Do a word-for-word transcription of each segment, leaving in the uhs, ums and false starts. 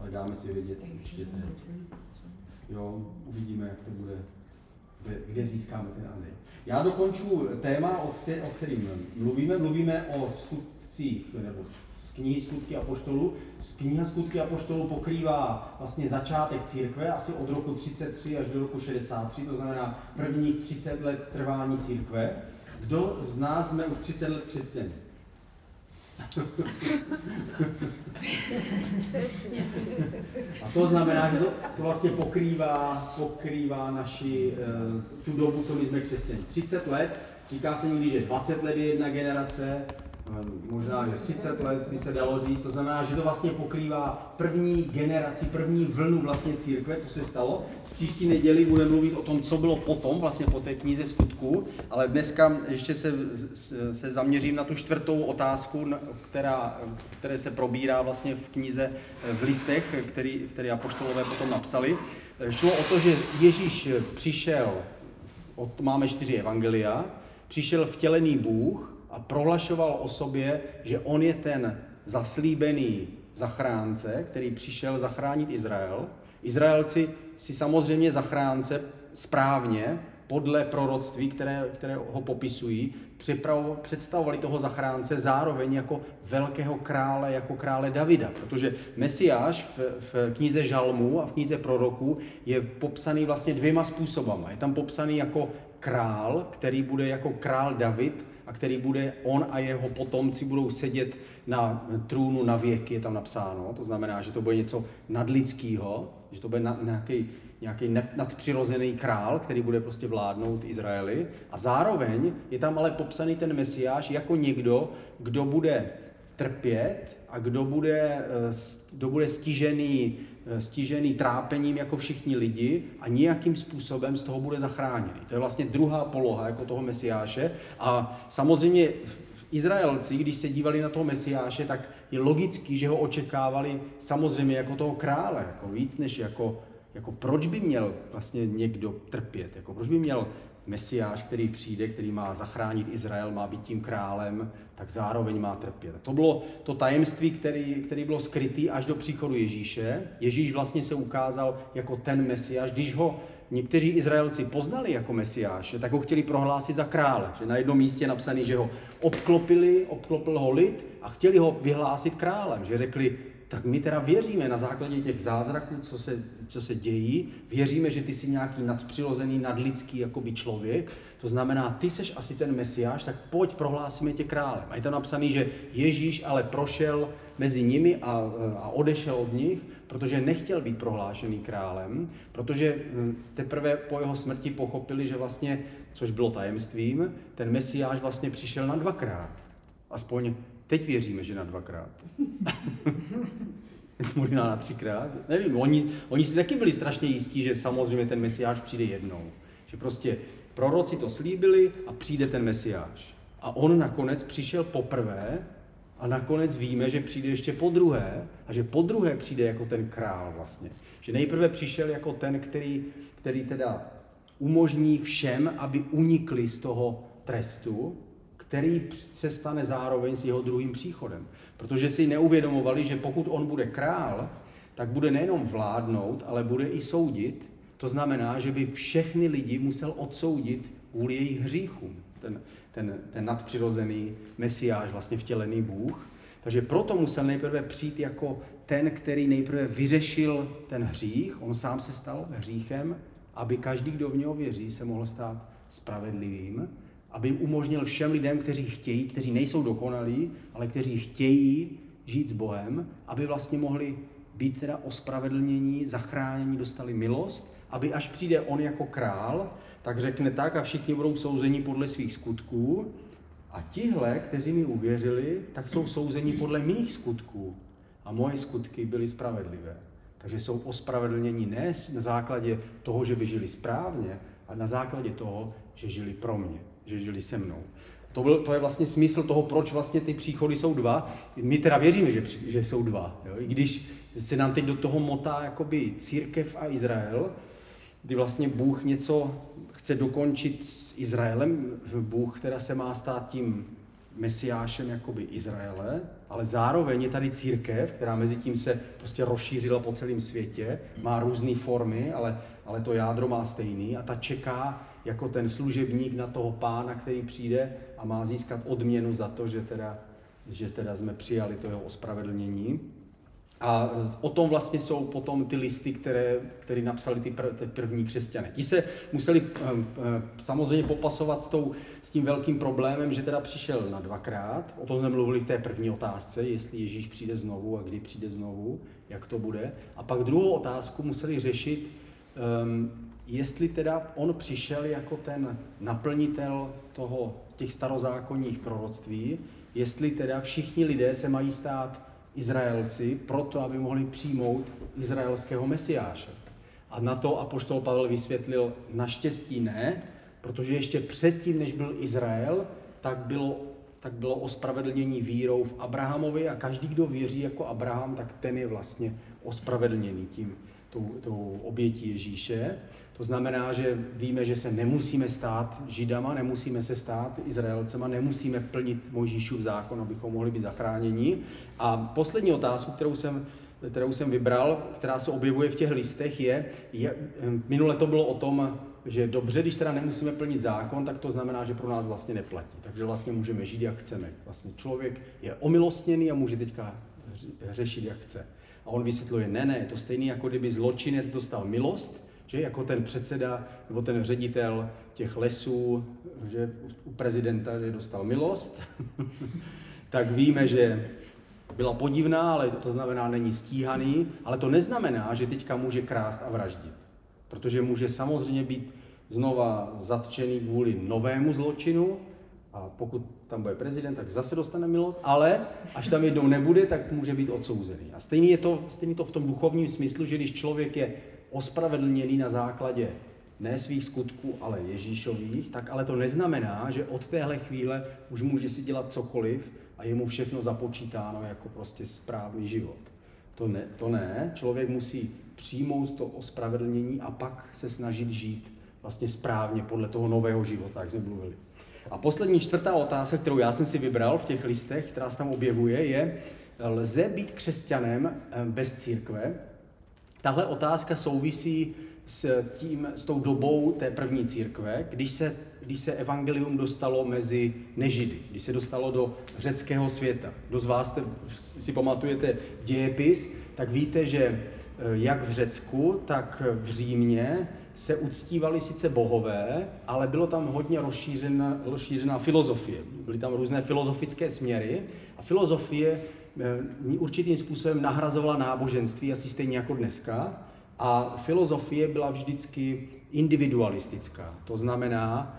tak dáme si vědět určitě teď. Jo, uvidíme, jak to bude, kde, kde získáme ten azyl. Já dokonču téma, o, tě, o kterým mluvíme. Mluvíme o skutcích, nebo z knihy Skutky apoštolů. Kniha Skutky apoštolů pokrývá vlastně začátek církve, asi od roku třicet tři až do roku šedesát tři, to znamená prvních třicet let trvání církve. Kdo z nás jsme už třicet let křesťané? A to znamená, že to, to vlastně pokrývá, pokrývá naši, tu dobu, co my jsme křesťané. třicet let, říká se někdy, že dvacet let je jedna generace, možná, že třicet let by se dalo říct, to znamená, že to vlastně pokrývá první generaci, první vlnu vlastně církve, co se stalo. V příští neděli budeme mluvit o tom, co bylo potom, vlastně po té knize Skutků, ale dneska ještě se, se zaměřím na tu čtvrtou otázku, která, které se probírá vlastně v knize, v listech, který, které apoštolové potom napsali. Šlo o to, že Ježíš přišel, máme čtyři evangelia, přišel vtělený Bůh, a prohlašoval o sobě, že on je ten zaslíbený zachránce, který přišel zachránit Izrael. Izraelci si samozřejmě zachránce správně, podle proroctví, které, které ho popisují, představovali toho zachránce zároveň jako velkého krále, jako krále Davida, protože Mesiáš v, v knize Žalmů a v knize proroků je popsaný vlastně dvěma způsobama. Je tam popsaný jako král, který bude jako král David, a který bude, on a jeho potomci budou sedět na trůnu na věky, je tam napsáno. To znamená, že to bude něco nadlidského, že to bude na, nějaký, nějaký nadpřirozený král, který bude prostě vládnout Izraeli. A zároveň je tam ale popsaný ten Mesiáš jako někdo, kdo bude trpět a kdo bude, kdo bude stižený, stižený trápením jako všichni lidi a nějakým způsobem z toho bude zachráněný. To je vlastně druhá poloha jako toho Mesiáše. A samozřejmě Izraelci, když se dívali na toho Mesiáše, tak je logický, že ho očekávali samozřejmě jako toho krále, jako víc než jako, jako proč by měl vlastně někdo trpět, jako proč by měl Mesiáš, který přijde, který má zachránit Izrael, má být tím králem, tak zároveň má trpět. To bylo to tajemství, který, který bylo skrytý až do příchodu Ježíše. Ježíš vlastně se ukázal jako ten Mesiáš. Když ho někteří Izraelci poznali jako Mesiáše, tak ho chtěli prohlásit za krále. Že na jednom místě je napsaný, že ho obklopili, obklopil ho lid a chtěli ho vyhlásit králem. Že řekli, tak my teda věříme na základě těch zázraků, co se, co se dějí, věříme, že ty jsi nějaký nadpřirozený, nadlidský jakoby člověk, to znamená, ty seš asi ten Mesiáš, tak pojď, prohlásíme tě králem. A je tam napsaný, že Ježíš ale prošel mezi nimi a, a odešel od nich, protože nechtěl být prohlášený králem, protože teprve po jeho smrti pochopili, že vlastně, což bylo tajemstvím, ten Mesiáš vlastně přišel na dvakrát. Aspoň teď věříme, že na dvakrát. Možná na třikrát. Nevím, oni, oni si taky byli strašně jistí, že samozřejmě ten Mesiáš přijde jednou. Že prostě proroci to slíbili a přijde ten Mesiáš. A on nakonec přišel poprvé a nakonec víme, že přijde ještě po druhé a že po druhé přijde jako ten král vlastně. Že nejprve přišel jako ten, který, který teda umožní všem, aby unikli z toho trestu, který se stane zároveň s jeho druhým příchodem. Protože si neuvědomovali, že pokud on bude král, tak bude nejenom vládnout, ale bude i soudit. To znamená, že by všechny lidi musel odsoudit kvůli jejich hříchům. Ten, ten, ten nadpřirozený Mesiáš, vlastně vtělený Bůh. Takže proto musel nejprve přijít jako ten, který nejprve vyřešil ten hřích. On sám se stal hříchem, aby každý, kdo v něho věří, se mohl stát spravedlivým. Aby umožnil všem lidem, kteří chtějí, kteří nejsou dokonalí, ale kteří chtějí žít s Bohem, aby vlastně mohli být teda ospravedlnění, zachránění, dostali milost, aby až přijde on jako král, tak řekne tak a všichni budou souzeni podle svých skutků a tihle, kteří mi uvěřili, tak jsou souzeni podle mých skutků a moje skutky byly spravedlivé. Takže jsou ospravedlnění ne na základě toho, že by žili správně, ale na základě toho, že žili pro mě, že žili se mnou. To, byl, to je vlastně smysl toho, proč vlastně ty příchody jsou dva. My teda věříme, že, že jsou dva. Jo? I když se nám teď do toho motá jakoby církev a Izrael, kdy vlastně Bůh něco chce dokončit s Izraelem, Bůh, která se má stát tím mesiášem jakoby Izraele, ale zároveň je tady církev, která mezi tím se prostě rozšířila po celém světě, má různé formy, ale, ale to jádro má stejný a ta čeká jako ten služebník na toho pána, který přijde a má získat odměnu za to, že teda, že teda jsme přijali to jeho ospravedlnění. A o tom vlastně jsou potom ty listy, které, které napsali ty, pr- ty první křesťané. Ti se museli um, samozřejmě popasovat s, tou, s tím velkým problémem, že teda přišel na dvakrát. O tom jsme mluvili v té první otázce, jestli Ježíš přijde znovu a kdy přijde znovu, jak to bude. A pak druhou otázku museli řešit, um, jestli teda on přišel jako ten naplnitel toho, těch starozákonních proroctví, jestli teda všichni lidé se mají stát Izraelci proto, aby mohli přijmout izraelského mesiáše. A na to apoštol Pavel vysvětlil, naštěstí ne, protože ještě předtím, než byl Izrael, tak bylo, tak bylo ospravedlnění vírou v Abrahamovi a každý, kdo věří jako Abraham, tak ten je vlastně ospravedlněný tím, tou, tou obětí Ježíše. To znamená, že víme, že se nemusíme stát Židama, nemusíme se stát Izraelcema, nemusíme plnit Mojžíšův zákon, abychom mohli být zachráněni. A poslední otázku, kterou jsem, kterou jsem vybral, která se objevuje v těch listech, je, je, minule to bylo o tom, že dobře, když teda nemusíme plnit zákon, tak to znamená, že pro nás vlastně neplatí. Takže vlastně můžeme žít, jak chceme. Vlastně člověk je omilostněný a může teďka řešit, jak chce. A on vysvětluje, ne, ne, je to stejný, jako kdyby zločinec dostal milost, že jako ten předseda nebo ten ředitel těch lesů, že u prezidenta, že dostal milost, tak víme, že byla podivná, ale to znamená, není stíhaný, ale to neznamená, že teďka může krást a vraždit. Protože může samozřejmě být znova zatčený kvůli novému zločinu a pokud tam bude prezident, tak zase dostane milost, ale až tam jednou nebude, tak může být odsouzený. A stejný je to, stejný to v tom duchovním smyslu, že když člověk je ospravedlněný na základě ne svých skutků, ale Ježíšových, tak ale to neznamená, že od téhle chvíle už může si dělat cokoliv a je mu všechno započítáno jako prostě správný život. To ne, to ne. Člověk musí přijmout to ospravedlnění a pak se snažit žít vlastně správně podle toho nového života, jak jsme mluvili. A poslední čtvrtá otázka, kterou já jsem si vybral v těch listech, která se tam objevuje, je, lze být křesťanem bez církve? Tahle otázka souvisí s, tím, s tou dobou té první církve, když se, když se evangelium dostalo mezi nežidy, když se dostalo do řeckého světa. Kdo z vás jste, si pamatujete dějepis, tak víte, že jak v Řecku, tak v Římě se uctívali sice bohové, ale bylo tam hodně rozšířená, rozšířená filozofie. Byly tam různé filozofické směry a filozofie určitým způsobem nahrazovala náboženství, asi stejně jako dneska. A filozofie byla vždycky individualistická. To znamená,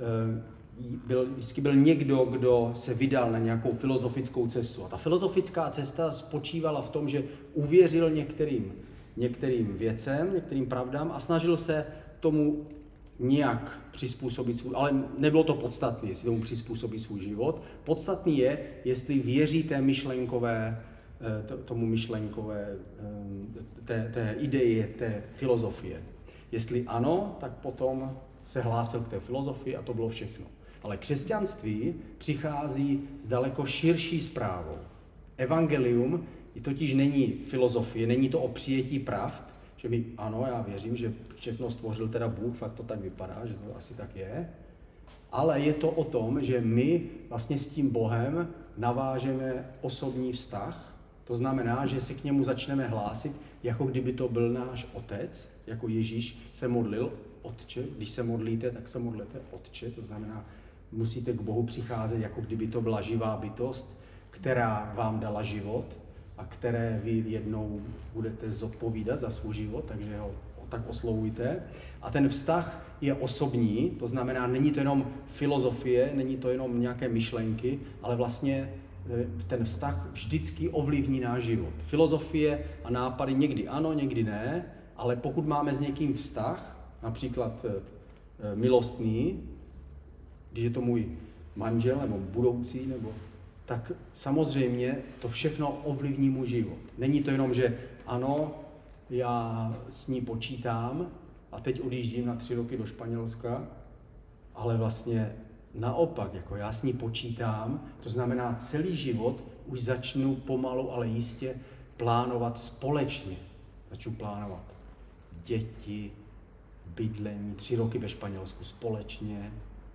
byl, vždycky byl někdo, kdo se vydal na nějakou filozofickou cestu. A ta filozofická cesta spočívala v tom, že uvěřil některým, některým věcem, některým pravdám a snažil se tomu nějak přizpůsobit svůj, ale nebylo to podstatné, jestli tomu přizpůsobí svůj život. Podstatný je, jestli věří té myšlenkové, tomu myšlenkové, té, té ideji, té filozofie. Jestli ano, tak potom se hlásil k té filozofii a to bylo všechno. Ale křesťanství přichází s daleko širší zprávou. Evangelium totiž není filozofie, není to o přijetí pravd, že my, ano, já věřím, že všechno stvořil teda Bůh, fakt to tak vypadá, že to asi tak je, ale je to o tom, že my vlastně s tím Bohem navážeme osobní vztah, to znamená, že se k němu začneme hlásit, jako kdyby to byl náš otec, jako Ježíš se modlil, Otče, když se modlíte, tak se modlete Otče, to znamená, musíte k Bohu přicházet, jako kdyby to byla živá bytost, která vám dala život a které vy jednou budete zodpovídat za svůj život, takže ho tak oslovujte. A ten vztah je osobní, to znamená, není to jenom filozofie, není to jenom nějaké myšlenky, ale vlastně ten vztah vždycky ovlivní náš život. Filozofie a nápady někdy ano, někdy ne, ale pokud máme s někým vztah, například milostný, když je to můj manžel nebo budoucí, nebo, tak samozřejmě to všechno ovlivní můj život. Není to jenom, že ano, já s ní počítám a teď odjíždím na tři roky do Španělska, ale vlastně naopak, jako já s ní počítám, to znamená celý život už začnu pomalu, ale jistě plánovat společně. Začnu plánovat děti, bydlení, tři roky ve Španělsku společně,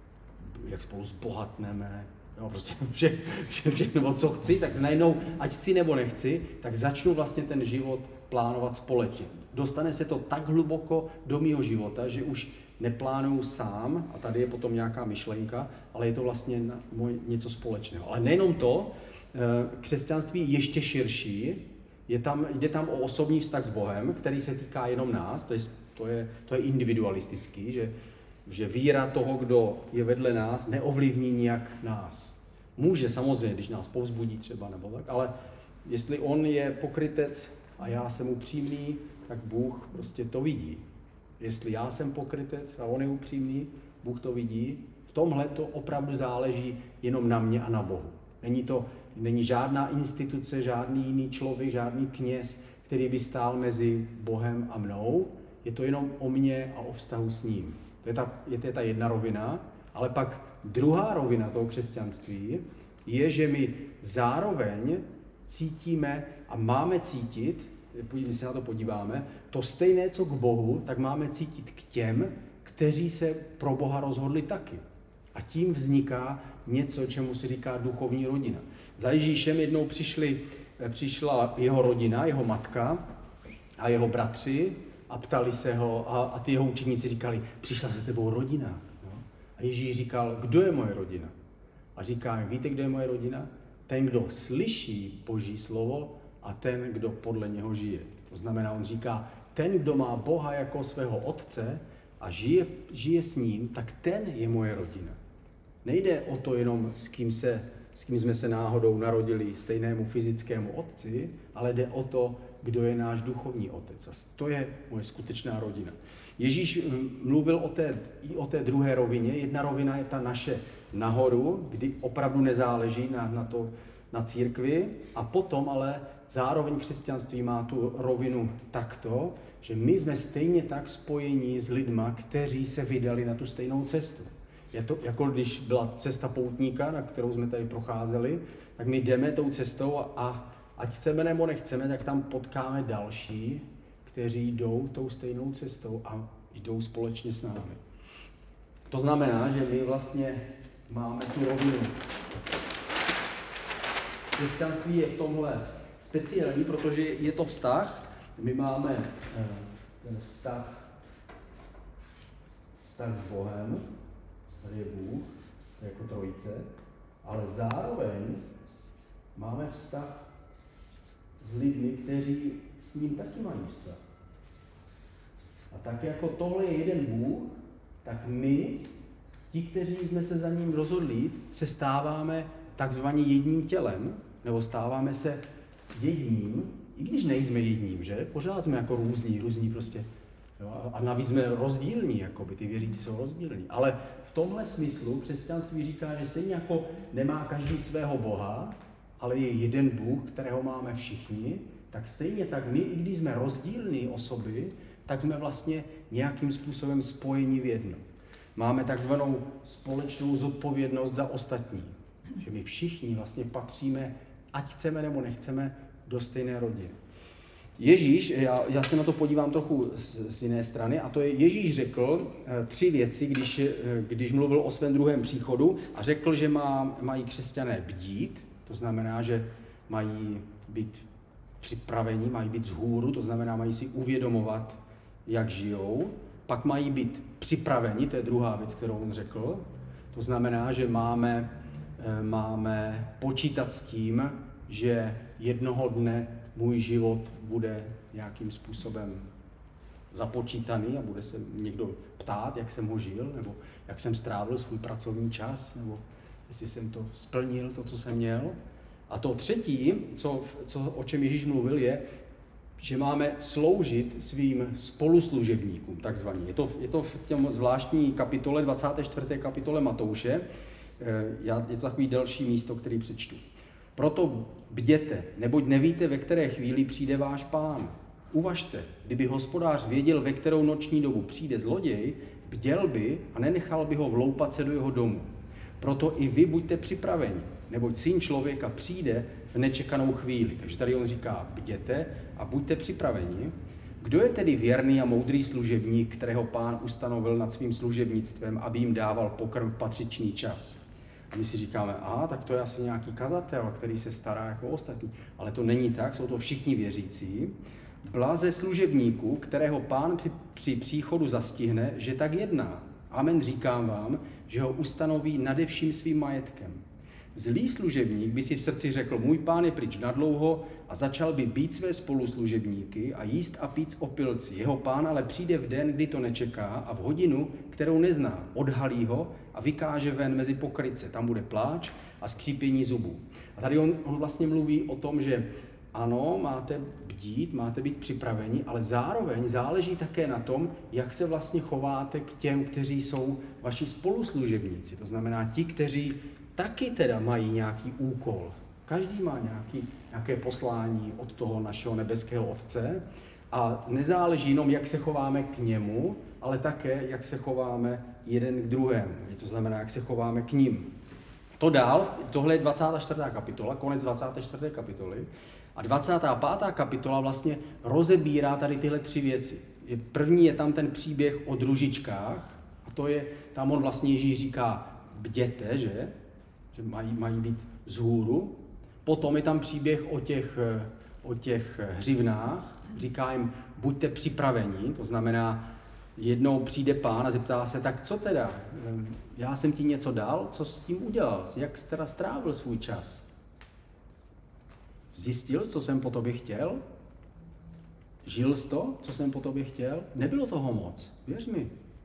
jak spolu zbohatneme, jo, prostě vše, vše, všechno, co chci, tak najednou, ať chci nebo nechci, tak začnu vlastně ten život plánovat společně. Dostane se to tak hluboko do mýho života, že už neplánuju sám, a tady je potom nějaká myšlenka, ale je to vlastně něco společného. Ale nejenom to, křesťanství je ještě širší, je tam, jde tam o osobní vztah s Bohem, který se týká jenom nás, to je, to je, to je individualistický, že, že víra toho, kdo je vedle nás, neovlivní nijak nás. Může samozřejmě, když nás povzbudí třeba nebo tak, ale jestli on je pokrytec a já jsem upřímný, tak Bůh prostě to vidí. Jestli já jsem pokrytec a on je upřímný, Bůh to vidí. V tomhle to opravdu záleží jenom na mě a na Bohu. Není to, není žádná instituce, žádný jiný člověk, žádný kněz, který by stál mezi Bohem a mnou. Je to jenom o mně a o vztahu s ním. To je ta, je to ta jedna rovina, ale pak druhá rovina toho křesťanství je, že my zároveň cítíme a máme cítit, když se na to podíváme, to stejné, co k Bohu, tak máme cítit k těm, kteří se pro Boha rozhodli taky. A tím vzniká něco, čemu se říká duchovní rodina. Za Ježíšem jednou přišli, přišla jeho rodina, jeho matka a jeho bratři a ptali se ho a, a ty jeho učeníci říkali, přišla za tebou rodina. No? A Ježíš říkal, kdo je moje rodina? A říká, víte, kdo je moje rodina? Ten, kdo slyší Boží slovo a ten, kdo podle něho žije. To znamená, on říká, ten, kdo má Boha jako svého otce a žije, žije s ním, tak ten je moje rodina. Nejde o to jenom, s kým, se, s kým jsme se náhodou narodili stejnému fyzickému otci, ale jde o to, kdo je náš duchovní otec. A to je moje skutečná rodina. Ježíš mluvil o té, i o té druhé rovině. Jedna rovina je ta naše nahoru, kdy opravdu nezáleží na, na, to, na církvi. A potom ale zároveň křesťanství má tu rovinu takto, že my jsme stejně tak spojení s lidma, kteří se vydali na tu stejnou cestu. Je to jako když byla cesta poutníka, na kterou jsme tady procházeli, tak my jdeme tou cestou a ať chceme nebo nechceme, tak tam potkáme další, kteří jdou tou stejnou cestou a jdou společně s námi. To znamená, že my vlastně máme tu rovinu. Křesťanství je v tomhle speciální, protože je to vztah. My máme ten vztah, vztah s Bohem, tady je Bůh, jako trojice, ale zároveň máme vztah s lidmi, kteří s ním taky mají vztah. A tak jako tohle je jeden Bůh, tak my, ti, kteří jsme se za ním rozhodli, se stáváme takzvaně jedním tělem, nebo stáváme se jedním, i když nejsme jedním, že? Pořád jsme jako různí, různí prostě. Jo? A navíc jsme rozdílní, jakoby, ty věřící jsou rozdílní. Ale v tomhle smyslu křesťanství říká, že stejně jako nemá každý svého Boha, ale je jeden Bůh, kterého máme všichni, tak stejně tak my, i když jsme rozdílní osoby, tak jsme vlastně nějakým způsobem spojeni v jedno. Máme takzvanou společnou zodpovědnost za ostatní. Že my všichni vlastně patříme, ať chceme nebo nechceme, do stejné rodiny. Ježíš, já, já se na to podívám trochu z, z jiné strany, a to je, Ježíš řekl e, tři věci, když, e, když mluvil o svém druhém příchodu a řekl, že má, mají křesťané bdít, to znamená, že mají být připraveni, mají být vzhůru, to znamená, mají si uvědomovat, jak žijou, pak mají být připraveni, to je druhá věc, kterou on řekl, to znamená, že máme, e, máme počítat s tím, že jednoho dne můj život bude nějakým způsobem započítaný a bude se někdo ptát, jak jsem ho žil, nebo jak jsem strávil svůj pracovní čas, nebo jestli jsem to splnil, to, co jsem měl. A to třetí, co, co, o čem Ježíš mluvil, je, že máme sloužit svým spoluslužebníkům, takzvaně. Je to, je to v těm zvláštní kapitole, dvacáté čtvrté kapitole Matouše, je to takový další místo, který přečtu. Proto bděte, neboť nevíte, ve které chvíli přijde váš pán. Uvažte, kdyby hospodář věděl, ve kterou noční dobu přijde zloděj, bděl by a nenechal by ho vloupat se do jeho domu. Proto i vy buďte připraveni, neboť Syn člověka přijde v nečekanou chvíli. Takže tady on říká, bděte a buďte připraveni. Kdo je tedy věrný a moudrý služebník, kterého Pán ustanovil nad svým služebnictvem, aby jim dával pokrm v patřičný čas? A my si říkáme, aha, tak to je asi nějaký kazatel, který se stará jako ostatní. Ale to není tak, jsou to všichni věřící. Blaze služebníku, kterého Pán při příchodu zastihne, že tak jedná. Amen, říkám vám, že ho ustanoví nade vším svým majetkem. Zlý služebník by si v srdci řekl, můj pán je pryč nadlouho a začal by být své spoluslužebníky a jíst a pít z opilci. Jeho pán ale přijde v den, kdy to nečeká a v hodinu, kterou nezná, odhalí ho a vykáže ven mezi pokrytce. Tam bude pláč a skřípění zubů. A tady on, on vlastně mluví o tom, že ano, máte bdít, máte být připraveni, ale zároveň záleží také na tom, jak se vlastně chováte k těm, kteří jsou vaši spoluslužebníci. To znamená ti, kteří taky teda mají nějaký úkol. Každý má nějaký, nějaké poslání od toho našeho nebeského Otce a nezáleží jenom, jak se chováme k němu, ale také, jak se chováme jeden k druhému. To znamená, jak se chováme k ním. To dál, tohle je dvacátá čtvrtá kapitola, konec dvacáté čtvrté kapitoly. A dvacátá pátá kapitola vlastně rozebírá tady tyhle tři věci. První je tam ten příběh o družičkách a to je, tam on vlastně Ježíš říká, bděte, že? Že mají, mají být vzhůru. Potom je tam příběh o těch, o těch hřivnách, říká jim, buďte připraveni, to znamená, jednou přijde pán a zeptá se, tak co teda, já jsem ti něco dal, co s tím udělal, jak jsi teda strávil svůj čas? Zjistil jsi, co jsem po tobě chtěl? Žil jsi to, co jsem po tobě chtěl? Nebylo toho moc, věř mi.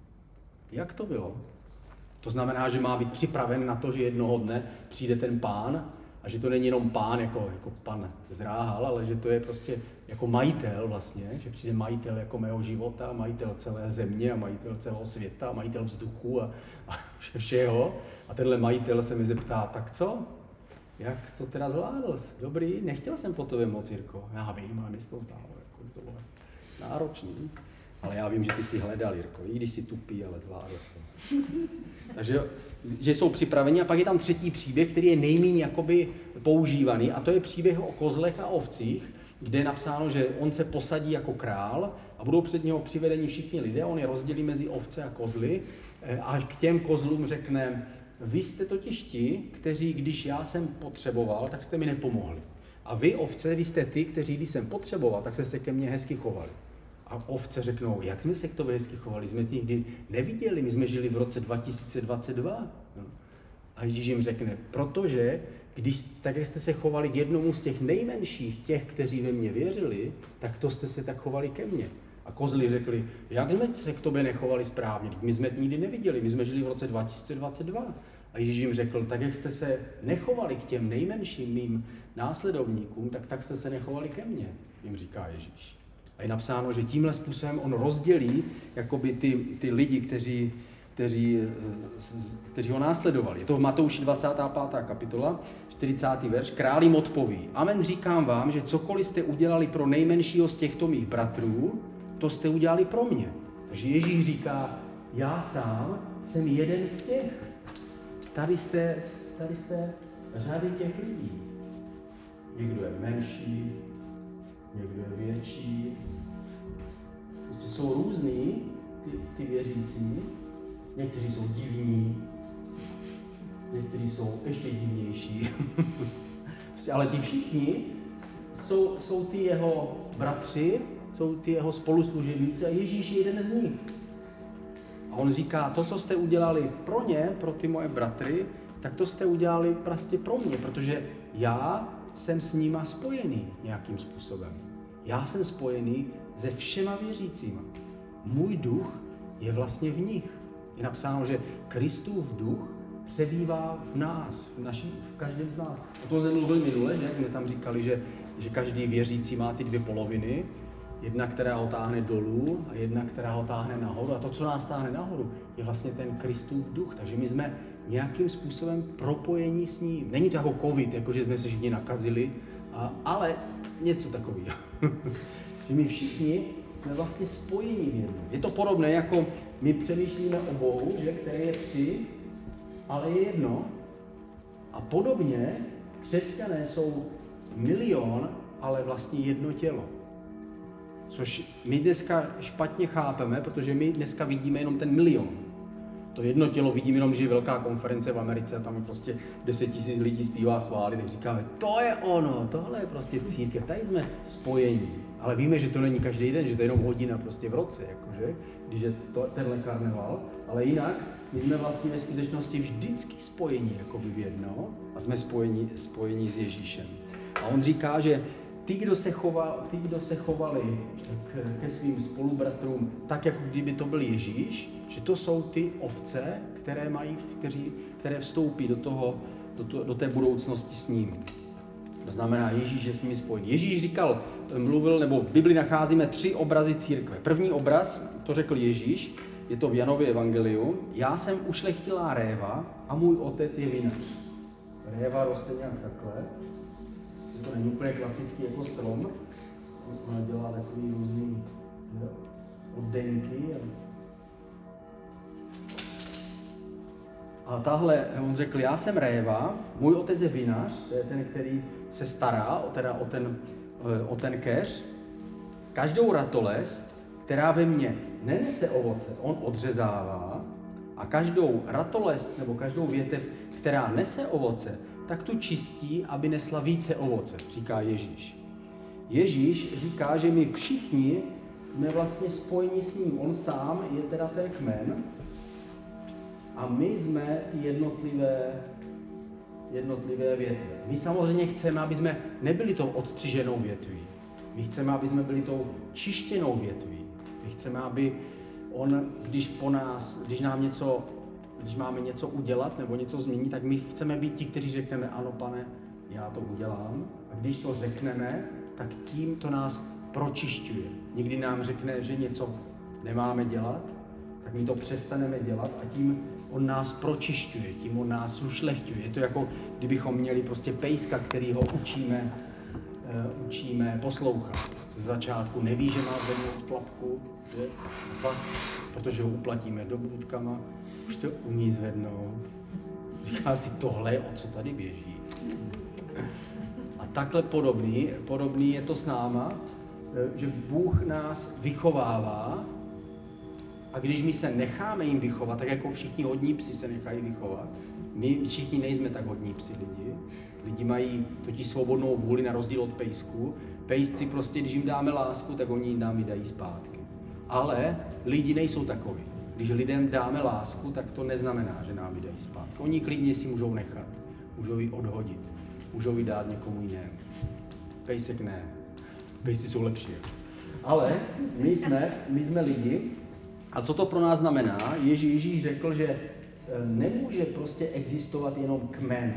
Jak to bylo? To znamená, že má být připraven na to, že jednoho dne přijde ten pán a že to není jenom pán jako, jako pan Zdráhal, ale že to je prostě jako majitel vlastně, že přijde majitel jako mého života, majitel celé země a majitel celého světa, majitel vzduchu a, a všeho. A tenhle majitel se mi zeptá, tak co? Jak to teda zvládl? Dobrý, nechtěl jsem po tobě moc, Jirko. Já vím, ale mi to zdálo, jako to bylo náročný. Ale já vím, že ty jsi hledal, Jirko, i když jsi tupý, ale zvládl jsi to. Takže že jsou připraveni a pak je tam třetí příběh, který je nejméně jakoby používaný a to je příběh o kozlech a ovcích, kde je napsáno, že on se posadí jako král a budou před něho přivedeni všichni lidé, on je rozdělí mezi ovce a kozly a k těm kozlům řekne, vy jste totiž ti, kteří, když já jsem potřeboval, tak jste mi nepomohli. A vy, ovce, vy jste ty, kteří, když jsem potřeboval, tak jste se ke mně hezky chovali. A ovce řeknou, jak jsme se k tobě hezky chovali, jsme tě nikdy neviděli, my jsme žili v roce dva tisíce dvacet dva. No. A Ježíš jim řekne, protože když tak, jak jste se chovali k jednomu z těch nejmenších, těch, kteří ve mně věřili, tak to jste se tak chovali ke mně. A kozly řekli, jak jsme se k tobě nechovali správně, my jsme tě nikdy neviděli, my jsme žili v roce dva tisíce dvacet dva. A Ježíš jim řekl, tak jak jste se nechovali k těm nejmenším mým následovníkům, tak tak jste se nechovali ke mně, jim říká Ježíš. A je napsáno, že tímhle způsobem on rozdělí jakoby ty, ty lidi, kteří, kteří, kteří ho následovali. Je to v Matouši dvacátá pátá kapitola, čtyřicátý verš. Král jim odpoví, amen, říkám vám, že cokoliv jste udělali pro nejmenšího z těchto mých bratrů, to jste udělali pro mě. Takže Ježíš říká, já sám jsem jeden z těch. Tady jste, tady jste řady těch lidí. Někdo je menší, někdo je větší. Prostě jsou různý ty, ty věřící. Někteří jsou divní, někteří jsou ještě divnější. Ale ty všichni jsou, jsou ty jeho bratři, jsou ty jeho spoluslužebníci a Ježíš je jeden z nich. A on říká, to, co jste udělali pro ně, pro ty moje bratry, tak to jste udělali prostě pro mě, protože já jsem s nima spojený nějakým způsobem. Já jsem spojený se všema věřícíma. Můj duch je vlastně v nich. Je napsáno, že Kristův duch přebývá v nás, v, naši, v každém z nás. O tom jsme mluvili minule, že? Jsme tam říkali, že, že každý věřící má ty dvě poloviny. Jedna, která ho táhne dolů a jedna, která ho táhne nahoru. A to, co nás táhne nahoru, je vlastně ten Kristův duch. Takže my jsme nějakým způsobem propojení s ním. Není to jako covid, jako že jsme se všichni nakazili, a, ale něco takového. Že my všichni jsme vlastně spojení v jednom. Je to podobné, jako my přemýšlíme o Bohu, že, který je tři, ale je jedno. A podobně křesťané jsou milion, ale vlastně jedno tělo. Což my dneska špatně chápeme, protože my dneska vidíme jenom ten milion. To jedno tělo vidíme jenom, že je velká konference v Americe a tam prostě deset tisíc lidí zpívá chvály, tak říkáme, to je ono, tohle je prostě církev, tady jsme spojení. Ale víme, že to není každý den, že to je jenom hodina prostě v roce, jakože, když je to, tenhle karneval. Ale jinak, my jsme vlastně ve skutečnosti vždycky spojení jakoby v jedno a jsme spojení, spojení s Ježíšem. A on říká, že ty, kdo se, choval, ty, kdo se chovali k, ke svým spolubratrům tak, jako kdyby to byl Ježíš, že to jsou ty ovce, které, mají, kteří, které vstoupí do, toho, do, to, do té budoucnosti s ním. To znamená, Ježíš je s nimi spojený. Ježíš říkal, mluvil, nebo v Bibli nacházíme tři obrazy církve. První obraz, to řekl Ježíš, je to v Janově evangeliu. Já jsem ušlechtilá réva a můj otec je vinař. Réva roste nějak takhle. To není úplně klasický jako strom. Ona dělá takový různý oddenky. A tahle, on řekl, já jsem réva, můj otec je vinař, to je ten, který se stará o, teda o, ten, o ten keř. Každou ratolest, která ve mně nenese ovoce, on odřezává a každou ratolest nebo každou větev, která nese ovoce, tak tu čistí, aby nesla více ovoce, říká Ježíš. Ježíš říká, že my všichni jsme vlastně spojeni s ním. On sám je teda ten kmen a my jsme ty jednotlivé, jednotlivé větve. My samozřejmě chceme, aby jsme nebyli tou odstřiženou větví. My chceme, aby jsme byli tou čištěnou větví. My chceme, aby on, když po nás, když nám něco, když máme něco udělat nebo něco změnit, tak my chceme být ti, kteří řekneme, ano, pane, já to udělám. A když to řekneme, tak tím to nás pročišťuje. Někdy nám řekne, že něco nemáme dělat, tak my to přestaneme dělat a tím on nás pročišťuje, tím on nás ušlechťuje. Je to jako, kdybychom měli prostě pejska, který ho učíme, uh, učíme poslouchat. Z začátku neví, že má zvednout tlapku, že? Pak, protože ho uplatíme do budkama, už to umí zvednout. Říká si, tohle, o co tady běží. A takhle podobný, podobný je to s náma, že Bůh nás vychovává a když my se necháme jim vychovat, tak jako všichni hodní psi se nechají vychovat, my všichni nejsme tak hodní psi lidi. Lidi mají totiž svobodnou vůli na rozdíl od pejsků. Pejsci prostě, když jim dáme lásku, tak oni nám ji dají zpátky. Ale lidi nejsou takoví. Když lidem dáme lásku, tak to neznamená, že nám ji dají zpátky. Oni klidně si můžou nechat, můžou ji odhodit, můžou ji dát někomu jinému. Pejsek ne. Pejsci jsou lepší. Ale my jsme, my jsme lidi. A co to pro nás znamená? Ježí, Ježíš řekl, že nemůže prostě existovat jenom kmen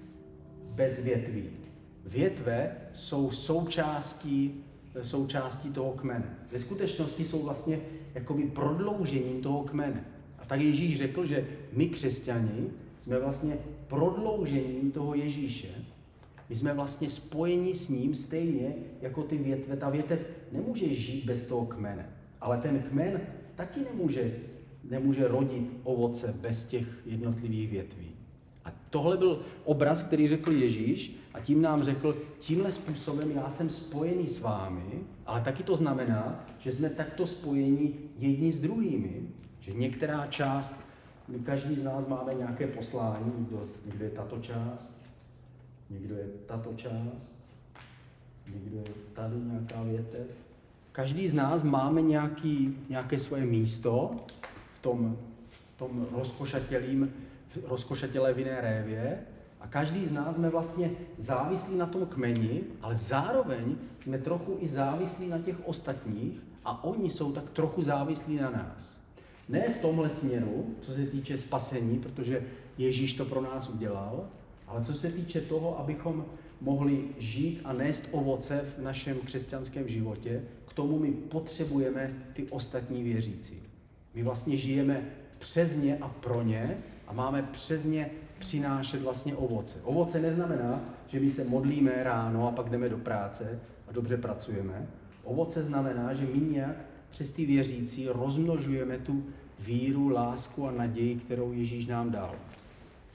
bez větví. Větve jsou součástí, součástí toho kmene. Ve skutečnosti jsou vlastně jakoby prodloužením toho kmene. A tak Ježíš řekl, že my křesťani jsme vlastně prodloužením toho Ježíše. My jsme vlastně spojeni s ním stejně jako ty větve. Ta větev nemůže žít bez toho kmene. Ale ten kmen taky nemůže, nemůže rodit ovoce bez těch jednotlivých větví. A tohle byl obraz, který řekl Ježíš a tím nám řekl, tímhle způsobem já jsem spojený s vámi, ale taky to znamená, že jsme takto spojeni jedni s druhými, že některá část, my každý z nás máme nějaké poslání, někdo, někdo je tato část, někdo je tato část, někdo je tady nějaká větev. Každý z nás máme nějaký, nějaké svoje místo v tom, v tom rozkošatělým, rozkošatělé vinné révě a každý z nás jsme vlastně závislí na tom kmeni, ale zároveň jsme trochu i závislí na těch ostatních a oni jsou tak trochu závislí na nás. Ne v tomhle směru, co se týče spasení, protože Ježíš to pro nás udělal, ale co se týče toho, abychom mohli žít a nést ovoce v našem křesťanském životě, k tomu my potřebujeme ty ostatní věřící. My vlastně žijeme přes ně a pro ně a máme přes ně přinášet vlastně ovoce. Ovoce neznamená, že my se modlíme ráno a pak jdeme do práce a dobře pracujeme. Ovoce znamená, že my nějak přes ty věřící rozmnožujeme tu víru, lásku a naději, kterou Ježíš nám dal.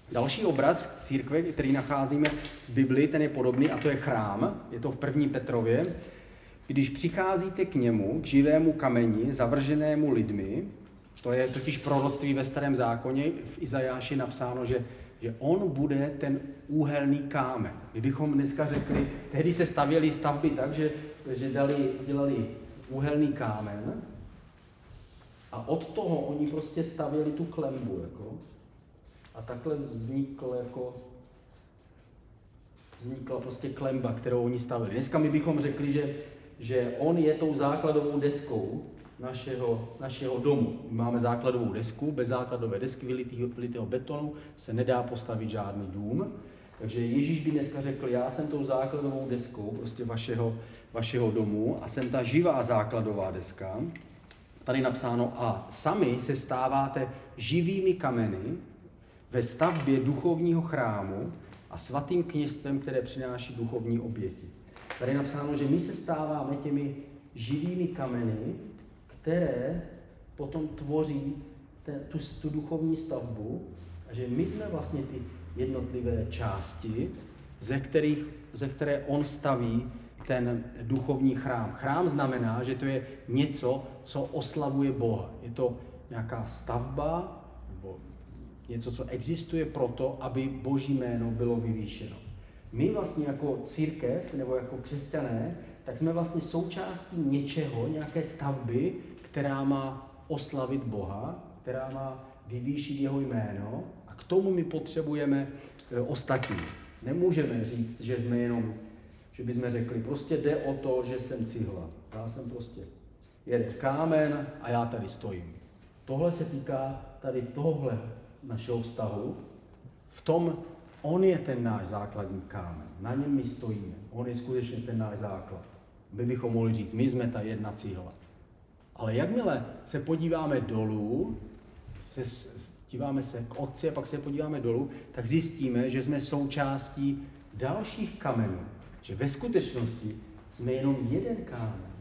Další obraz církve, který nacházíme v Biblii, ten je podobný a to je chrám. Je to v první Petrově. Když přicházíte k němu, k živému kameni, zavrženému lidmi, to je totiž proroctví ve Starém zákoně, v Izajáši napsáno, že, že on bude ten úhelný kámen. My bychom dneska řekli, tehdy se stavěly stavby tak, že, že dali, dělali úhelný kámen a od toho oni prostě stavěli tu klembu. Jako, a takhle vznikl jako, vznikla prostě klemba, kterou oni stavili. Dneska my bychom řekli, že, že on je tou základovou deskou našeho, našeho domu. My máme základovou desku, bez základové desky vylitého betonu se nedá postavit žádný dům. Takže Ježíš by dneska řekl, já jsem tou základovou deskou prostě vašeho, vašeho domu a jsem ta živá základová deska. Tady napsáno, a sami se stáváte živými kameny ve stavbě duchovního chrámu a svatým kněžstvem, které přináší duchovní oběti. Tady napsáno, že my se stáváme těmi živými kameny, které potom tvoří ten, tu, tu duchovní stavbu a že my jsme vlastně ty jednotlivé části, ze, kterých, ze které on staví ten duchovní chrám. Chrám znamená, že to je něco, co oslavuje Boha. Je to nějaká stavba, nebo něco, co existuje proto, aby Boží jméno bylo vyvýšeno. My vlastně jako církev, nebo jako křesťané, tak jsme vlastně součástí něčeho, nějaké stavby, která má oslavit Boha, která má vyvýšit jeho jméno a k tomu my potřebujeme e, ostatní. Nemůžeme říct, že jsme jenom, že bychom řekli, prostě jde o to, že jsem cihla. Já jsem prostě jeden kámen a já tady stojím. Tohle se týká tady tohle našeho vztahu. V tom on je ten náš základní kámen. Na něm my stojíme. On je skutečně ten náš základ. My bychom mohli říct, my jsme ta jedna cihla. Ale jakmile se podíváme dolů, se, díváme se k Otci a pak se podíváme dolů, tak zjistíme, že jsme součástí dalších kamenů. Že ve skutečnosti jsme jenom jeden kámen.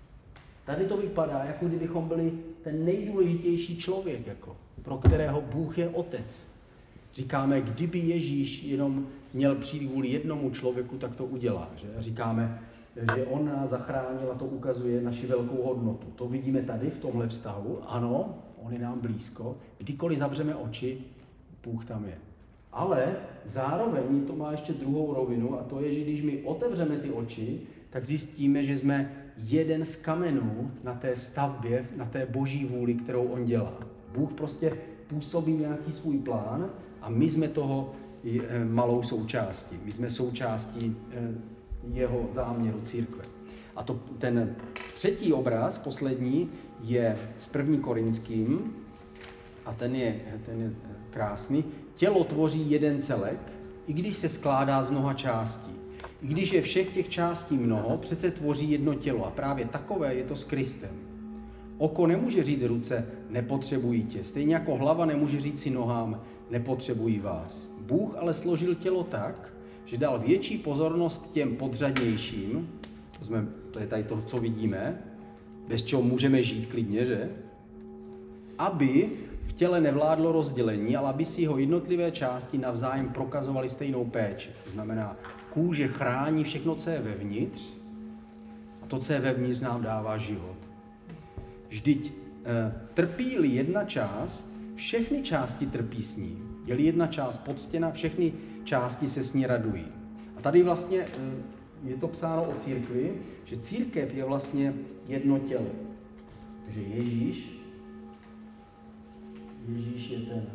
Tady to vypadá, jako kdybychom byli ten nejdůležitější člověk, jako, pro kterého Bůh je Otec. Říkáme, kdyby Ježíš jenom měl přijít kvůli jednomu člověku, tak to udělá. Že? Říkáme, že on nás zachránil a to ukazuje naši velkou hodnotu. To vidíme tady v tomhle vztahu. Ano, on je nám blízko. Kdykoliv zavřeme oči, Bůh tam je. Ale zároveň to má ještě druhou rovinu a to je, že když my otevřeme ty oči, tak zjistíme, že jsme jeden z kamenů na té stavbě, na té boží vůli, kterou on dělá. Bůh prostě působí nějaký svůj plán a my jsme toho malou součástí. My jsme součástí jeho záměru církve. A to, ten třetí obraz, poslední, je s první Korinským a ten je, ten je krásný. Tělo tvoří jeden celek, i když se skládá z mnoha částí. I když je všech těch částí mnoho, přece tvoří jedno tělo a právě takové je to s Kristem. Oko nemůže říct ruce, nepotřebují tě. Stejně jako hlava nemůže říct si nohám, nepotřebují vás. Bůh ale složil tělo tak, že dal větší pozornost těm podřadnějším, to, jsme, to je tady to, co vidíme, bez čeho můžeme žít klidně, že? Aby v těle nevládlo rozdělení, ale aby si jeho jednotlivé části navzájem prokazovaly stejnou péči. To znamená, kůže chrání všechno, co je vevnitř, a to, co je vevnitř, nám dává život. Vždyť e, trpí-li jedna část, všechny části trpí s ní. Je-li jedna část poctěna, všechny části se s ní radují. A tady vlastně e, je to psáno o církvi, že církev je vlastně jedno tělo. Takže Ježíš, Ježíš je ten.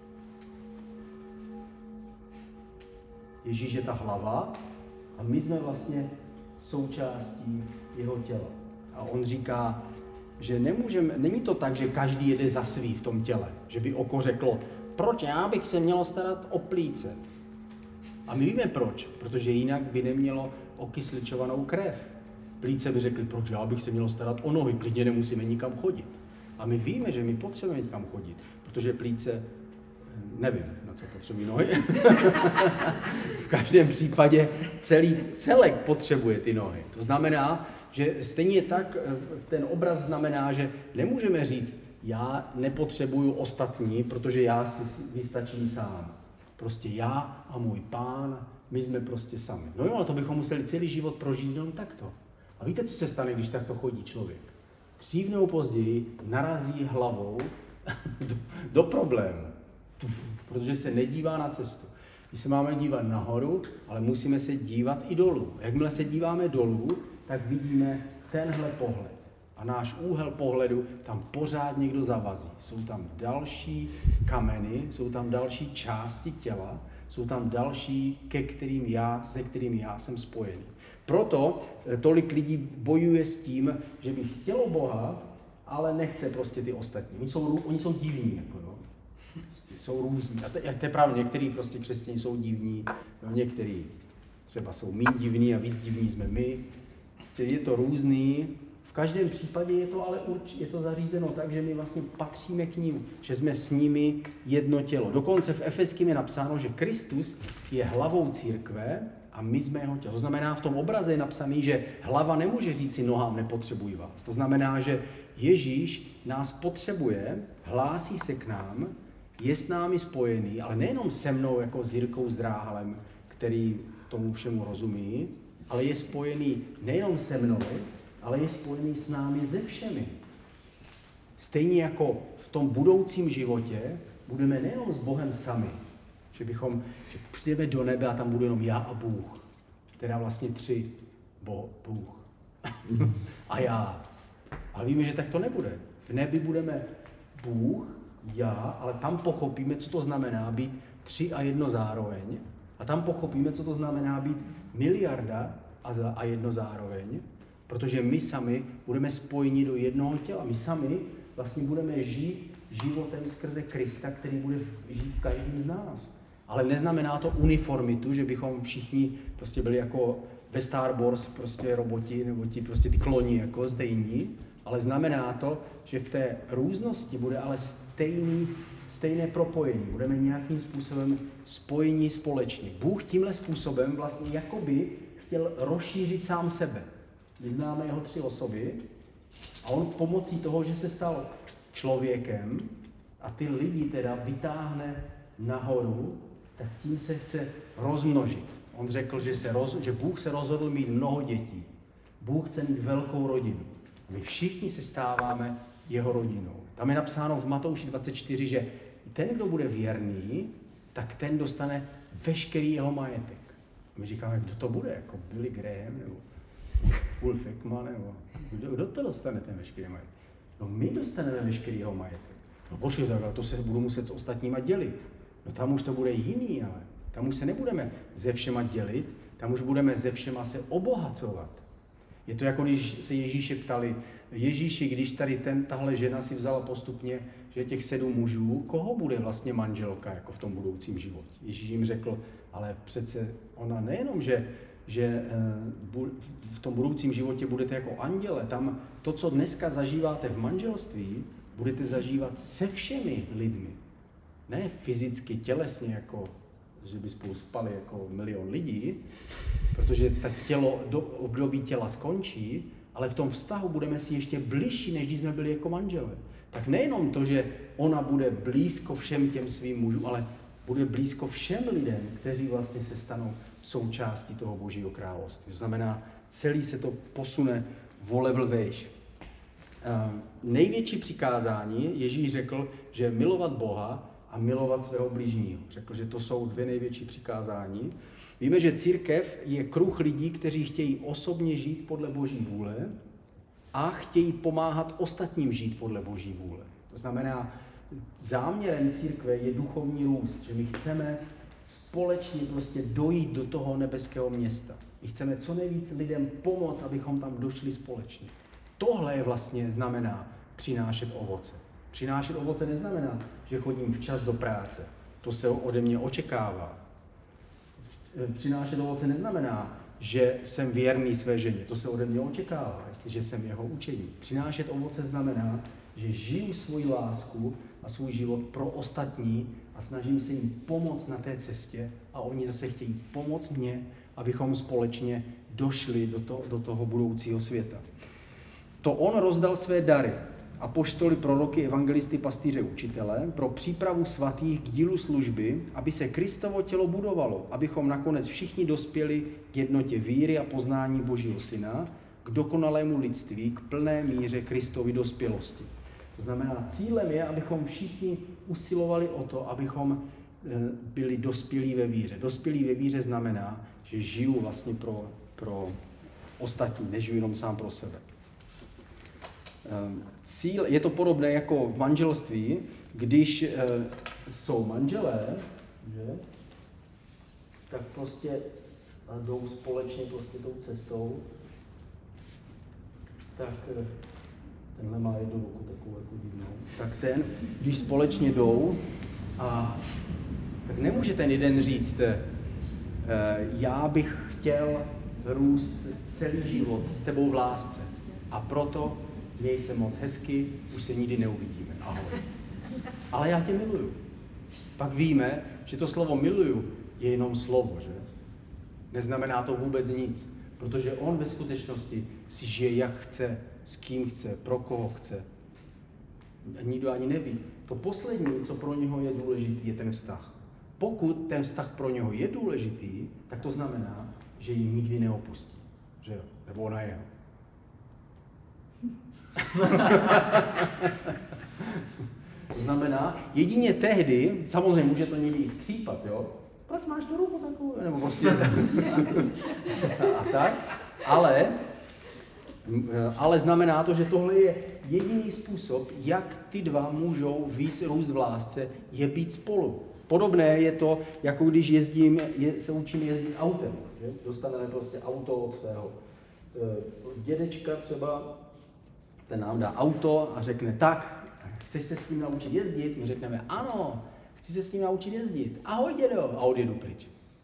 Ježíš je ta hlava a my jsme vlastně součástí jeho těla. A on říká, že nemůžeme, není to tak, že každý jede za svý v tom těle, že by oko řeklo, proč já bych se mělo starat o plíce. A my víme proč, protože jinak by nemělo okysličovanou krev. Plíce by řekli, proč já bych se mělo starat o nohy, klidně nemusíme nikam chodit. A my víme, že my potřebujeme nikam chodit, protože plíce, nevím, na co potřebují nohy. V každém případě celý celek potřebuje ty nohy. To znamená, že stejně tak ten obraz znamená, že nemůžeme říct, já nepotřebuju ostatní, protože já si vystačím sám. Prostě já a můj Pán, my jsme prostě sami. No jo, ale to bychom museli celý život prožít jenom takto. A víte, co se stane, když takto chodí člověk? Dřív nebo později narazí hlavou do, do problému, protože se nedívá na cestu. My se máme dívat nahoru, ale musíme se dívat i dolů. Jakmile se díváme dolů, tak vidíme tenhle pohled. A náš úhel pohledu tam pořád někdo zavazí. Jsou tam další kameny, jsou tam další části těla, jsou tam další, ke kterým já, se kterými já jsem spojený. Proto tolik lidí bojuje s tím, že by chtělo Boha, ale nechce prostě ty ostatní. Oni jsou, oni jsou divní, jako jo. Jsou různí. A to, to je pravda, některý prostě křesťané jsou divní, no, některý třeba jsou méně divní a víc divní jsme my. Prostě je to různý. V každém případě je to ale urč, je to zařízeno tak, že my vlastně patříme k ním, že jsme s nimi jedno tělo. Dokonce v Efeským je napsáno, že Kristus je hlavou církve a my jsme jeho tělo. To znamená, v tom obraze je napsaný, že hlava nemůže říci nohám nepotřebuji vás. To znamená, že Ježíš nás potřebuje, hlásí se k nám, je s námi spojený, ale nejenom se mnou jako s Jirkou Zdráhalem, který tomu všemu rozumí, ale je spojený nejenom se mnou, ale je spojený s námi ze všemi. Stejně jako v tom budoucím životě budeme nejenom s Bohem sami, že bychom, že přijdeme do nebe a tam bude jenom já a Bůh, teda vlastně tři, Bo, Bůh a já. Ale víme, že tak to nebude. V nebi budeme Bůh, já, ale tam pochopíme, co to znamená být tři a jedno zároveň. A tam pochopíme, co to znamená být miliarda a, za, a jedno zároveň. Protože my sami budeme spojeni do jednoho těla. My sami vlastně budeme žít životem skrze Krista, který bude žít v každém z nás. Ale neznamená to uniformitu, že bychom všichni prostě byli jako ve Star Wars prostě roboti, nebo ti prostě ty kloni jako stejní. Ale znamená to, že v té různosti bude ale stejný, stejné propojení. Budeme nějakým způsobem spojeni společně. Bůh tímhle způsobem vlastně jakoby chtěl rozšířit sám sebe. My známe jeho tři osoby a on pomocí toho, že se stal člověkem a ty lidi teda vytáhne nahoru, tak tím se chce rozmnožit. On řekl, že, se roz, že Bůh se rozhodl mít mnoho dětí. Bůh chce mít velkou rodinu. My všichni se stáváme jeho rodinou. Tam je napsáno v Matouši dvacet čtyři, že ten, kdo bude věrný, tak ten dostane veškerý jeho majetek. My říkáme, kdo to bude, jako Billy Graham nebo Wolf Ekman, nebo kdo, kdo to dostane ten veškerý majetek? No my dostaneme veškerý jeho majetek. No počkej, tak to se budu muset s ostatníma dělit. No tam už to bude jiný, ale tam už se nebudeme ze všema dělit, tam už budeme ze všema se obohacovat. Je to jako když se Ježíše ptali, Ježíši, když tady ten, tahle žena si vzala postupně, že těch sedm mužů, koho bude vlastně manželka jako v tom budoucím životě? Ježíš jim řekl, ale přece ona nejenom, že, že v tom budoucím životě budete jako anděle, tam to, co dneska zažíváte v manželství, budete zažívat se všemi lidmi. Ne fyzicky, tělesně, jako že by spolu spali jako milion lidí, protože ta tělo, do, období těla skončí, ale v tom vztahu budeme si ještě bližší, než když jsme byli jako manželé. Tak nejenom to, že ona bude blízko všem těm svým mužům, ale bude blízko všem lidem, kteří vlastně se stanou součástí toho Božího království. To znamená, celý se to posune o level vejš. Uh, největší přikázání Ježíš řekl, že milovat Boha a milovat svého bližního. Řekl, že to jsou dvě největší přikázání. Víme, že církev je kruh lidí, kteří chtějí osobně žít podle Boží vůle a chtějí pomáhat ostatním žít podle Boží vůle. To znamená, záměrem církve je duchovní růst, že my chceme společně prostě dojít do toho nebeského města. My chceme co nejvíc lidem pomoct, abychom tam došli společně. Tohle je vlastně znamená přinášet ovoce. Přinášet ovoce neznamená, že chodím včas do práce. To se ode mě očekává. Přinášet ovoce neznamená, že jsem věrný své ženě. To se ode mě očekává, jestliže jsem jeho učení. Přinášet ovoce znamená, že žiju svoji lásku a svůj život pro ostatní a snažím se jim pomoct na té cestě a oni zase chtějí pomoct mně, abychom společně došli do, to, do toho budoucího světa. To on rozdal své dary. apoštoly, proroky, evangelisty, pastýře, učitele, pro přípravu svatých k dílu služby, aby se Kristovo tělo budovalo, abychom nakonec všichni dospěli k jednotě víry a poznání Božího Syna, k dokonalému lidství, k plné míře Kristovy dospělosti. To znamená, cílem je, abychom všichni usilovali o to, abychom byli dospělí ve víře. Dospělí ve víře znamená, že žiju vlastně pro, pro ostatní, nežiju jenom sám pro sebe. Cíl, je to podobné jako v manželství, když e, jsou manželé, že, tak prostě jdou společně prostě tou cestou, tak tenhle má jednu ruku takovou jako divnou, tak ten, když společně jdou, a tak nemůže ten jeden říct, e, já bych chtěl růst celý život s tebou v lásce a proto měj se moc hezky, už se nikdy neuvidíme. Ahoj. Ale já tě miluju. Pak víme, že to slovo miluju je jenom slovo, že? Neznamená to vůbec nic, protože on ve skutečnosti si žije jak chce, s kým chce, pro koho chce. A nikdo ani neví. To poslední, co pro něho je důležitý, je ten vztah. Pokud ten vztah pro něho je důležitý, tak to znamená, že ji nikdy neopustí. Že jo? Nebo ona je. To znamená, jedině tehdy, samozřejmě může to někdy i skřípat, jo? Proč máš tu ruku takovou? Nebo prostě a tak, ale, ale znamená to, že tohle je jediný způsob, jak ty dva můžou víc růst v lásce, je být spolu. Podobné je to, jako když jezdím, je, se učím jezdit autem. Že? Dostaneme prostě auto od svého e, dědečka třeba, ten nám dá auto a řekne, tak, chceš se s tím naučit jezdit? My řekneme, ano, chci se s tím naučit jezdit. Ahoj dědo, a odjedu pryč.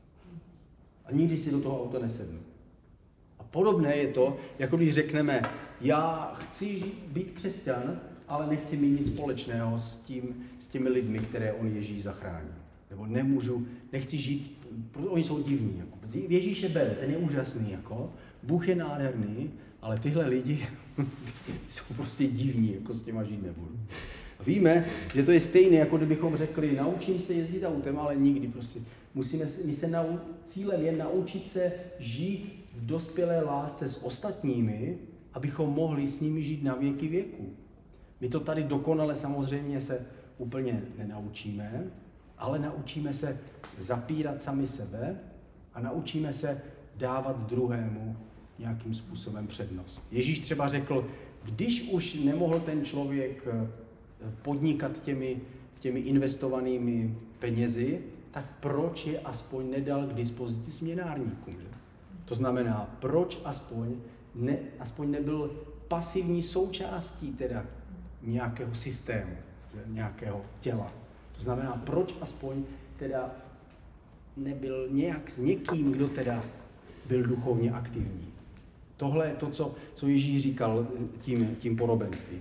A nikdy si do toho auta nesednu. A podobné je to, jako když řekneme, já chci být křesťan, ale nechci mít nic společného s, tím, s těmi lidmi, které on Ježíš zachrání. Nebo nemůžu, nechci žít, protože oni jsou divní. Jako. Ježíše bere, ten je úžasný, jako. Bůh je nádherný, ale tyhle lidi jsou prostě divní, jako s těma žít nebudu. A víme, že to je stejné, jako kdybychom řekli, naučím se jezdit autem, ale nikdy prostě. Musíme, my se nau, cílem je naučit se žít v dospělé lásce s ostatními, abychom mohli s nimi žít na věky věku. My to tady dokonale samozřejmě se úplně nenaučíme, ale naučíme se zapírat sami sebe a naučíme se dávat druhému nějakým způsobem přednost. Ježíš třeba řekl, když už nemohl ten člověk podnikat těmi, těmi investovanými penězi, tak proč je aspoň nedal k dispozici směnárníkům? Že? To znamená, proč aspoň, ne, aspoň nebyl pasivní součástí teda nějakého systému, nějakého těla. To znamená, proč aspoň teda nebyl nějak s někým, kdo teda byl duchovně aktivní. Tohle je to, co, co Ježíš říkal tím, tím podobenstvím.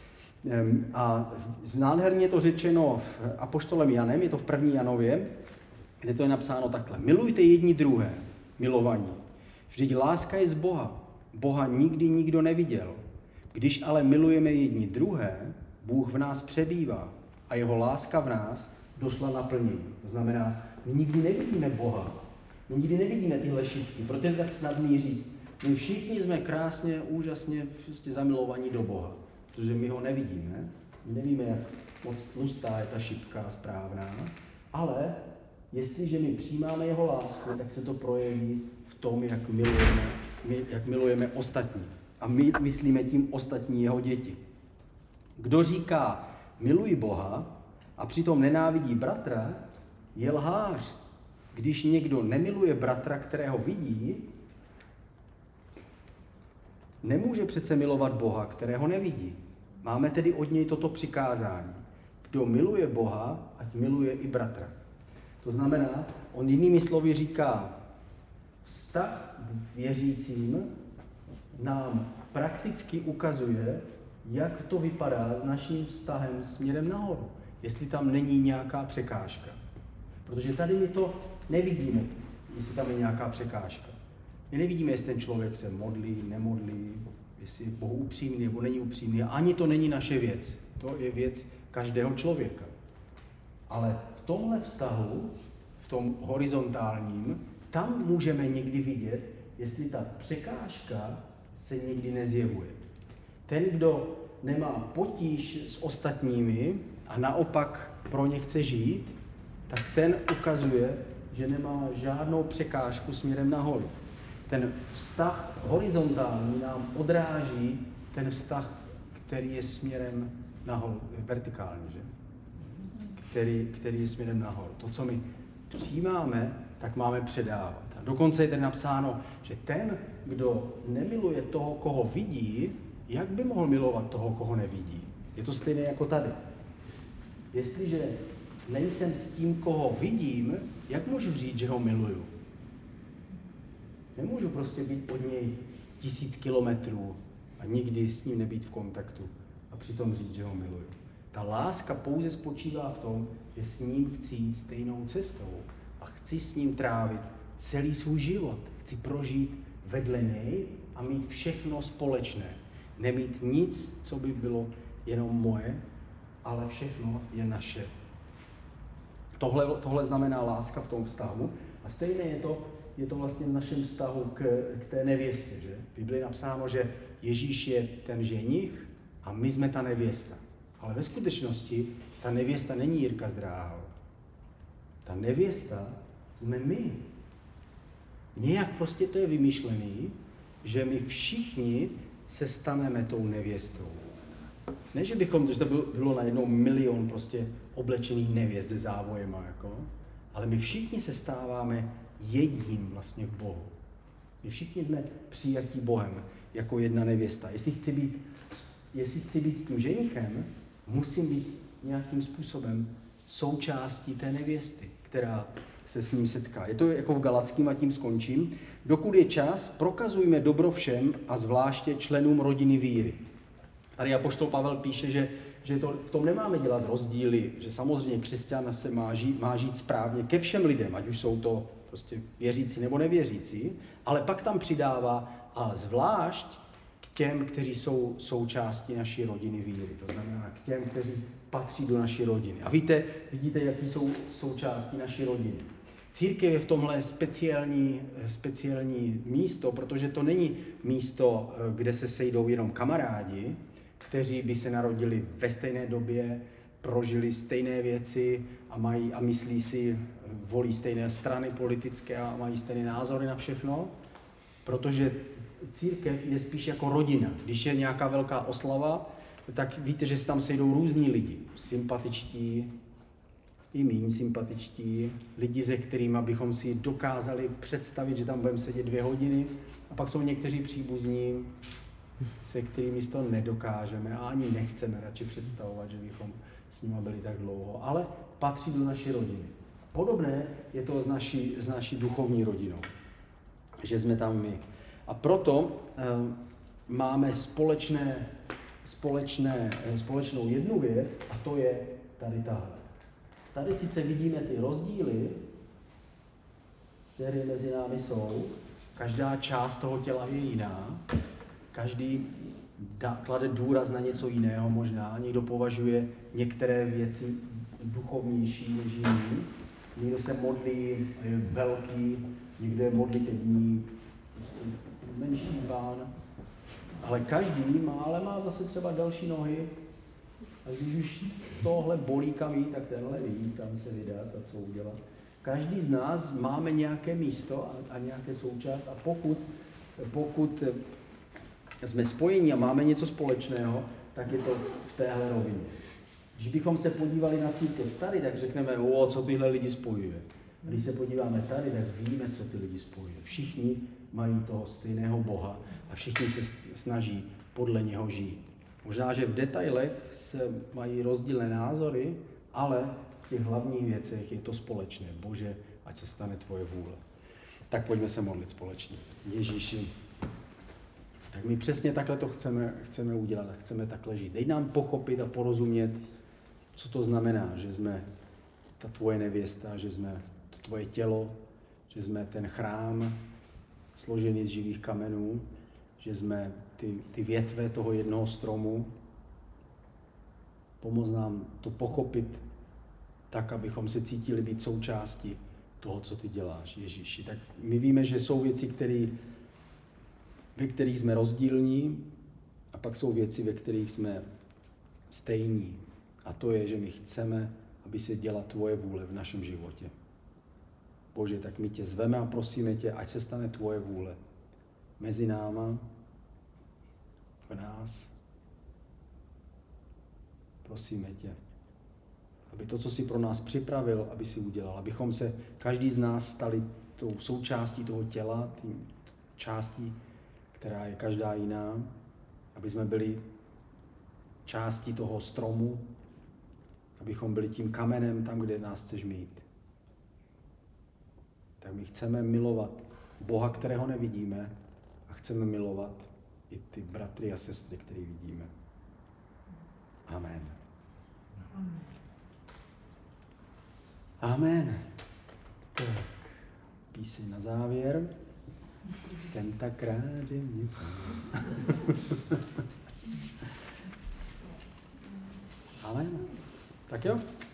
A nádherně to řečeno apoštolem Janem, je to v první Janově, kde to je napsáno takhle. Milujte jedni druhé, milovaní. Vždyť láska je z Boha. Boha nikdy nikdo neviděl. Když ale milujeme jedni druhé, Bůh v nás přebývá a jeho láska v nás došla naplnění. To znamená, my nikdy nevidíme Boha. My nikdy nevidíme tyhle šipky, proto je tak snadný říct. My všichni jsme krásně, úžasně prostě zamilovaní do Boha, protože my ho nevidíme. My nevíme, jak moc tlustá je ta šipka správná, ale jestliže my přijímáme jeho lásku, tak se to projeví v tom, jak milujeme, jak milujeme ostatní. A my myslíme tím ostatní jeho děti. Kdo říká, miluji Boha a přitom nenávidí bratra, je lhář. Když někdo nemiluje bratra, kterého vidí, nemůže přece milovat Boha, kterého nevidí. Máme tedy od něj toto přikázání. Kdo miluje Boha, ať miluje i bratra. To znamená, on jinými slovy říká, vztah k věřícím nám prakticky ukazuje, jak to vypadá s naším vztahem směrem nahoru. Jestli tam není nějaká překážka. Protože tady my to nevidíme, jestli tam je nějaká překážka. My nevidíme, jestli ten člověk se modlí, nemodlí, jestli je Bůh upřímný nebo není upřímný. A ani to není naše věc. To je věc každého člověka. Ale v tomhle vztahu, v tom horizontálním, tam můžeme někdy vidět, jestli ta překážka se někdy nezjevuje. Ten, kdo nemá potíž s ostatními a naopak pro ně chce žít, tak ten ukazuje, že nemá žádnou překážku směrem nahoru. Ten vztah horizontální nám odráží ten vztah, který je směrem nahoru, vertikální, že? Který, který je směrem nahoru. To, co my přijímáme, tak máme předávat. A dokonce je tady napsáno, že ten, kdo nemiluje toho, koho vidí, jak by mohl milovat toho, koho nevidí? Je to stejné jako tady. Jestliže nejsem s tím, koho vidím, jak můžu říct, že ho miluju? Nemůžu prostě být od něj tisíc kilometrů a nikdy s ním nebýt v kontaktu a přitom říct, že ho miluju. Ta láska pouze spočívá v tom, že s ním chci jít stejnou cestou a chci s ním trávit celý svůj život. Chci prožít vedle něj a mít všechno společné. Nemít nic, co by bylo jenom moje, ale všechno je naše. Tohle, tohle znamená láska v tom vztahu. A stejné je to, je to vlastně v našem vztahu k, k té nevěstě. Že? V Biblii je napsáno, že Ježíš je ten ženich a my jsme ta nevěsta. Ale ve skutečnosti ta nevěsta není Jirka Zdráhal. Ta nevěsta jsme my. Nějak prostě to je vymyšlený, že my všichni se staneme tou nevěstou. Ne, že bychom, že to bylo, bylo najednou milion prostě oblečených nevěst se závojema, jako, ale my všichni se stáváme jedním vlastně v Bohu. My všichni jsme přijatí Bohem jako jedna nevěsta. Jestli chci být, jestli chci být s tím ženichem, musím být nějakým způsobem součástí té nevěsty, která se s ním setká. Je to jako v Galackým a tím skončím. Dokud je čas, prokazujme dobro všem a zvláště členům rodiny víry. Tady apoštol Pavel píše, že, že to, v tom nemáme dělat rozdíly, že samozřejmě křesťan se má žít, má žít správně ke všem lidem, ať už jsou to prostě věřící nebo nevěřící, ale pak tam přidává, ale zvlášť k těm, kteří jsou součástí naší rodiny víry. To znamená k těm, kteří patří do naší rodiny. A víte, vidíte, jaký jsou součástí naší rodiny. Církev je v tomhle speciální, speciální místo, protože to není místo, kde se sejdou jenom kamarádi, kteří by se narodili ve stejné době, prožili stejné věci a, mají, a myslí si, volí stejné strany politické a mají stejné názory na všechno, protože církev je spíš jako rodina. Když je nějaká velká oslava, tak víte, že se tam sejdou různí lidi, sympatičtí, i méně sympatičtí, lidi, se kterými bychom si dokázali představit, že tam budeme sedět dvě hodiny, a pak jsou někteří příbuzní, se kterými si to nedokážeme a ani nechceme radši představovat, že bychom s nimi byli tak dlouho, ale patří do naší rodiny. Podobné je to s naší, s naší duchovní rodinou, že jsme tam my. A proto eh, máme společné, společné, eh, společnou jednu věc, a to je tady tahle. Tady sice vidíme ty rozdíly, které mezi námi jsou, každá část toho těla je jiná, každý dá, klade důraz na něco jiného možná, někdo považuje některé věci duchovnější než jiný, někdo se modlí, je velký, někdo je modlitevní, menší pán, ale každý má, ale má zase třeba další nohy. A když už tohle bolí kam jít, tak tenhle ví, kam se vydat a co udělat. Každý z nás máme nějaké místo a, a nějaké součást, a pokud, pokud jsme spojení a máme něco společného, tak je to v téhle rovině. Když bychom se podívali na církev tady, tak řekneme, o, co tyhle lidi spojuje. A když se podíváme tady, tak víme, co ty lidi spojuje. Všichni mají toho stejného Boha a všichni se snaží podle něho žít. Možná, že v detailech se mají rozdílné názory, ale v těch hlavních věcech je to společné. Bože, ať se stane tvoje vůle. Tak pojďme se modlit společně. Ježíši, tak my přesně takhle to chceme, chceme udělat a chceme takhle žít. Dej nám pochopit a porozumět, co to znamená, že jsme ta tvoje nevěsta, že jsme to tvoje tělo, že jsme ten chrám složený z živých kamenů, že jsme ty, ty větve toho jednoho stromu. Pomoz nám to pochopit tak, abychom se cítili být součástí toho, co ty děláš, Ježíši. Tak my víme, že jsou věci, které, ve kterých jsme rozdílní, a pak jsou věci, ve kterých jsme stejní. A to je, že my chceme, aby se děla tvoje vůle v našem životě. Bože, tak my tě zveme a prosíme tě, ať se stane tvoje vůle mezi náma, v nás. Prosíme tě, aby to, co jsi pro nás připravil, aby si udělal, abychom se, každý z nás stali tou součástí toho těla, tím částí, která je každá jiná, aby jsme byli částí toho stromu, abychom byli tím kamenem tam, kde nás chceš mít. Tak my chceme milovat Boha, kterého nevidíme, a chceme milovat i ty bratry a sestry, které vidíme. Amen. Amen. Tak, píseň na závěr. Jsem tak rád, že mě... Amen. Tak jo.